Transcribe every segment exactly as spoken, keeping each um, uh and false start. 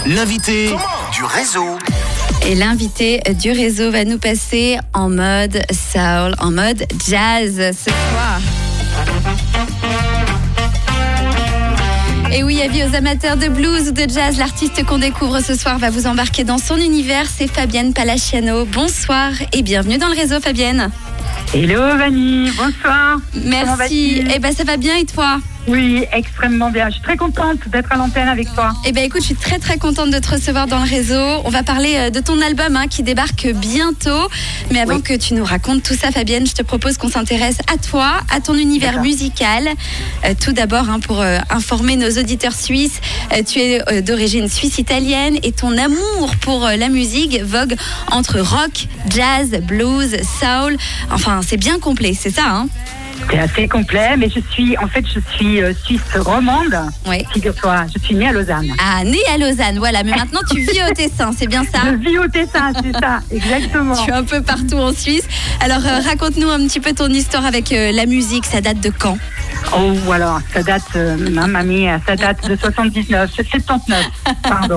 L'invité du réseau. Et l'invité du réseau va nous passer en mode soul, en mode jazz ce soir. Et oui, avis aux amateurs de blues ou de jazz, l'artiste qu'on découvre ce soir va vous embarquer dans son univers, c'est Fabienne Palaciano. Bonsoir et bienvenue dans le réseau, Fabienne. Hello Vanny, bonsoir. Merci. Eh ben ça va bien et toi ? Oui, extrêmement bien. Je suis très contente d'être à l'antenne avec toi. Eh ben écoute, je suis très très contente de te recevoir dans le réseau. On va parler de ton album hein, qui débarque bientôt. Mais avant oui. que tu nous racontes tout ça, Fabienne, je te propose qu'on s'intéresse à toi, à ton univers D'accord. musical. Euh, tout d'abord, hein, pour euh, informer nos auditeurs suisses, euh, tu es euh, d'origine suisse-italienne et ton amour pour euh, la musique vogue entre rock, jazz, blues, soul. Enfin, c'est bien complet, c'est ça, hein ? C'est assez complet, mais je suis, en fait, je suis euh, suisse romande. Oui. Figure-toi, je suis née à Lausanne. Ah, née à Lausanne, voilà. Mais maintenant, tu vis au Tessin, c'est bien ça ? Je vis au Tessin, c'est ça, exactement. Tu es un peu partout en Suisse. Alors, euh, raconte-nous un petit peu ton histoire avec euh, la musique. Ça date de quand ? Oh, voilà, ça date, euh, mamma mia, ça date de soixante-dix-neuf, soixante-neuf, pardon.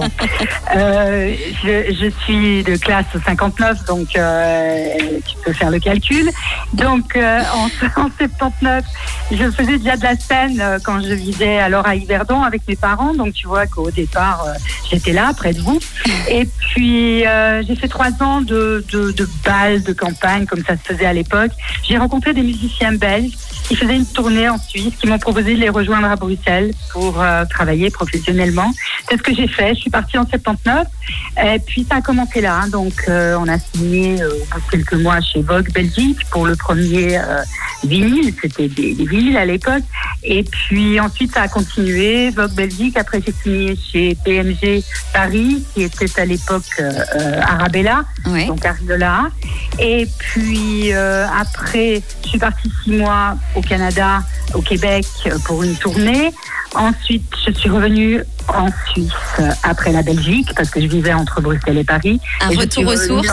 Euh, je, je suis de classe cinquante-neuf, donc euh, tu peux faire le calcul. Donc, euh, en, en soixante-neuf, je faisais déjà de la scène euh, quand je vivais alors à Yverdon avec mes parents. Donc, tu vois qu'au départ, euh, j'étais là, près de vous. Et puis, euh, j'ai fait trois ans de, de, de bal, de campagne, comme ça se faisait à l'époque. J'ai rencontré des musiciens belges qui faisaient une tournée en Suisse, qui m'ont proposé de les rejoindre à Bruxelles pour euh, travailler professionnellement. C'est ce que j'ai fait. Je suis partie en soixante-dix-neuf. Et puis, ça a commencé là. Hein. Donc, euh, on a signé euh, au bout de quelques mois chez Vogue Belgique pour le premier euh, vinyle. C'était des, des vinyles à l'époque. Et puis, ensuite, ça a continué. Vogue Belgique. Après, j'ai signé chez P M G Paris, qui était à l'époque euh, Arabella. Oui. Donc, Ariola. Et puis, euh, après, je suis partie six mois au Canada, au Québec, pour une tournée. Ensuite, je suis revenue en Suisse après la Belgique, parce que je vivais entre Bruxelles et Paris. Un et retour aux sources.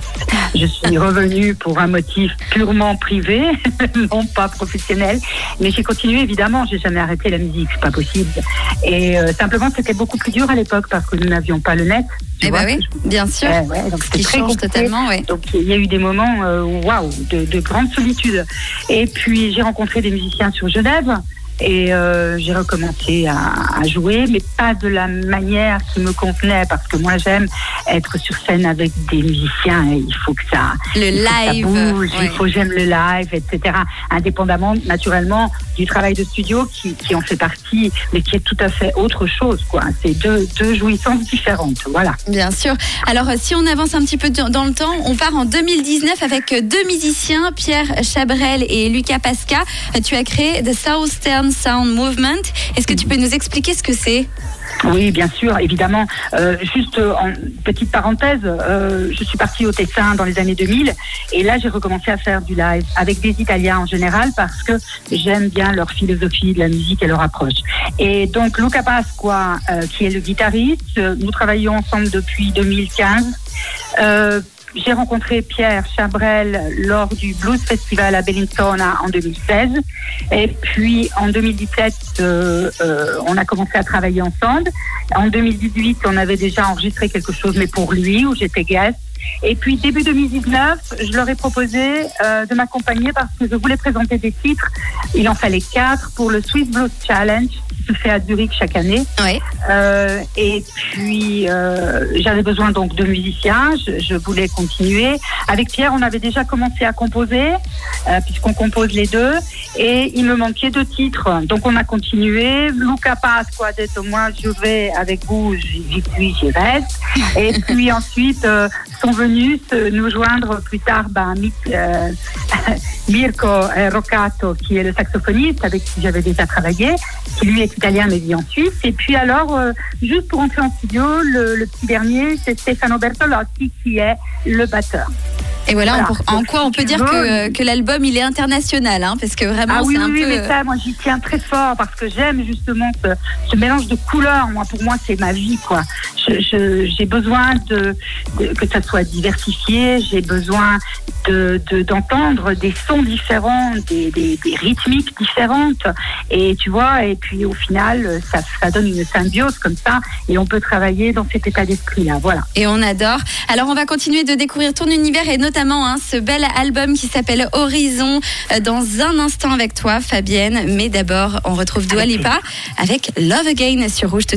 Je suis revenue pour un motif purement privé, non pas professionnel. Mais j'ai continué, évidemment, j'ai jamais arrêté la musique, c'est pas possible. Et euh, simplement, c'était beaucoup plus dur à l'époque, parce que nous n'avions pas le net. Eh bah oui, bien sûr. Euh, ouais, donc Ce qui très change compliqué. totalement, oui. Donc il y a eu des moments, waouh, wow, de, de grande solitude. Et puis j'ai rencontré des musiciens sur Genève. Et euh, j'ai recommencé à, à jouer, mais pas de la manière qui me convenait, parce que moi j'aime être sur scène avec des musiciens et il faut que ça, le il live, faut que ça bouge, ouais. il faut j'aime le live, et cetera. Indépendamment, naturellement, du travail de studio qui, qui en fait partie, mais qui est tout à fait autre chose, quoi. C'est deux, deux jouissances différentes, voilà. Bien sûr. Alors, si on avance un petit peu dans le temps, on part en deux mille dix-neuf avec deux musiciens, Pierre Chabrel et Lucas Pasca. Tu as créé The Southern Sound Movement. Est-ce que tu peux nous expliquer ce que c'est ? Oui, bien sûr, évidemment. Euh, juste en petite parenthèse, euh, je suis partie au Tessin dans les années deux mille et là j'ai recommencé à faire du live avec des Italiens en général parce que j'aime bien leur philosophie de la musique et leur approche. Et donc Luca Pasqua, euh, qui est le guitariste, nous travaillons ensemble depuis deux mille quinze. Euh, J'ai rencontré Pierre Chabrel lors du Blues Festival à Bellinzona en deux mille seize. Et puis, en deux mille dix-sept, euh, euh, on a commencé à travailler ensemble. En deux mille dix-huit, on avait déjà enregistré quelque chose, mais pour lui, où j'étais guest. Et puis, début deux mille dix-neuf, je leur ai proposé euh, de m'accompagner parce que je voulais présenter des titres. Il en fallait quatre pour le Swiss Blues Challenge, qui se fait à Zurich chaque année. Oui. Euh, et puis, euh, j'avais besoin donc de musiciens. Je, je voulais continuer. Avec Pierre, on avait déjà commencé à composer, euh, puisqu'on compose les deux. Et il me manquait deux titres. Donc, on a continué. Luca Pasqua a dit, moi, je vais avec vous, j'y suis, j'y reste. Et puis ensuite, euh, sont venus nous joindre plus tard ben, euh, Mirko Roccato, qui est le saxophoniste avec qui j'avais déjà travaillé, qui lui est italien mais vit en Suisse. Et puis alors, euh, juste pour entrer en studio, le, le petit dernier, c'est Stefano Bertolotti qui est le batteur. Et voilà, voilà. On, en quoi on peut dire que, que l'album il est international, hein, parce que vraiment ah oui, c'est un oui, peu. Oui, mais ça, moi j'y tiens très fort parce que j'aime justement ce, ce mélange de couleurs. Moi, pour moi, c'est ma vie, quoi. je, je, j'ai besoin de, de que ça soit diversifié. J'ai besoin de, de d'entendre des sons différents, des, des, des rythmiques différentes. Et tu vois, et puis au final, ça, ça donne une symbiose comme ça, et on peut travailler dans cet état d'esprit-là. Voilà. Et on adore. Alors, on va continuer de découvrir ton univers et notamment hein, ce bel album qui s'appelle Horizon euh, dans un instant avec toi, Fabienne. Mais d'abord, on retrouve Dua Lipa avec Love Again sur Rouge.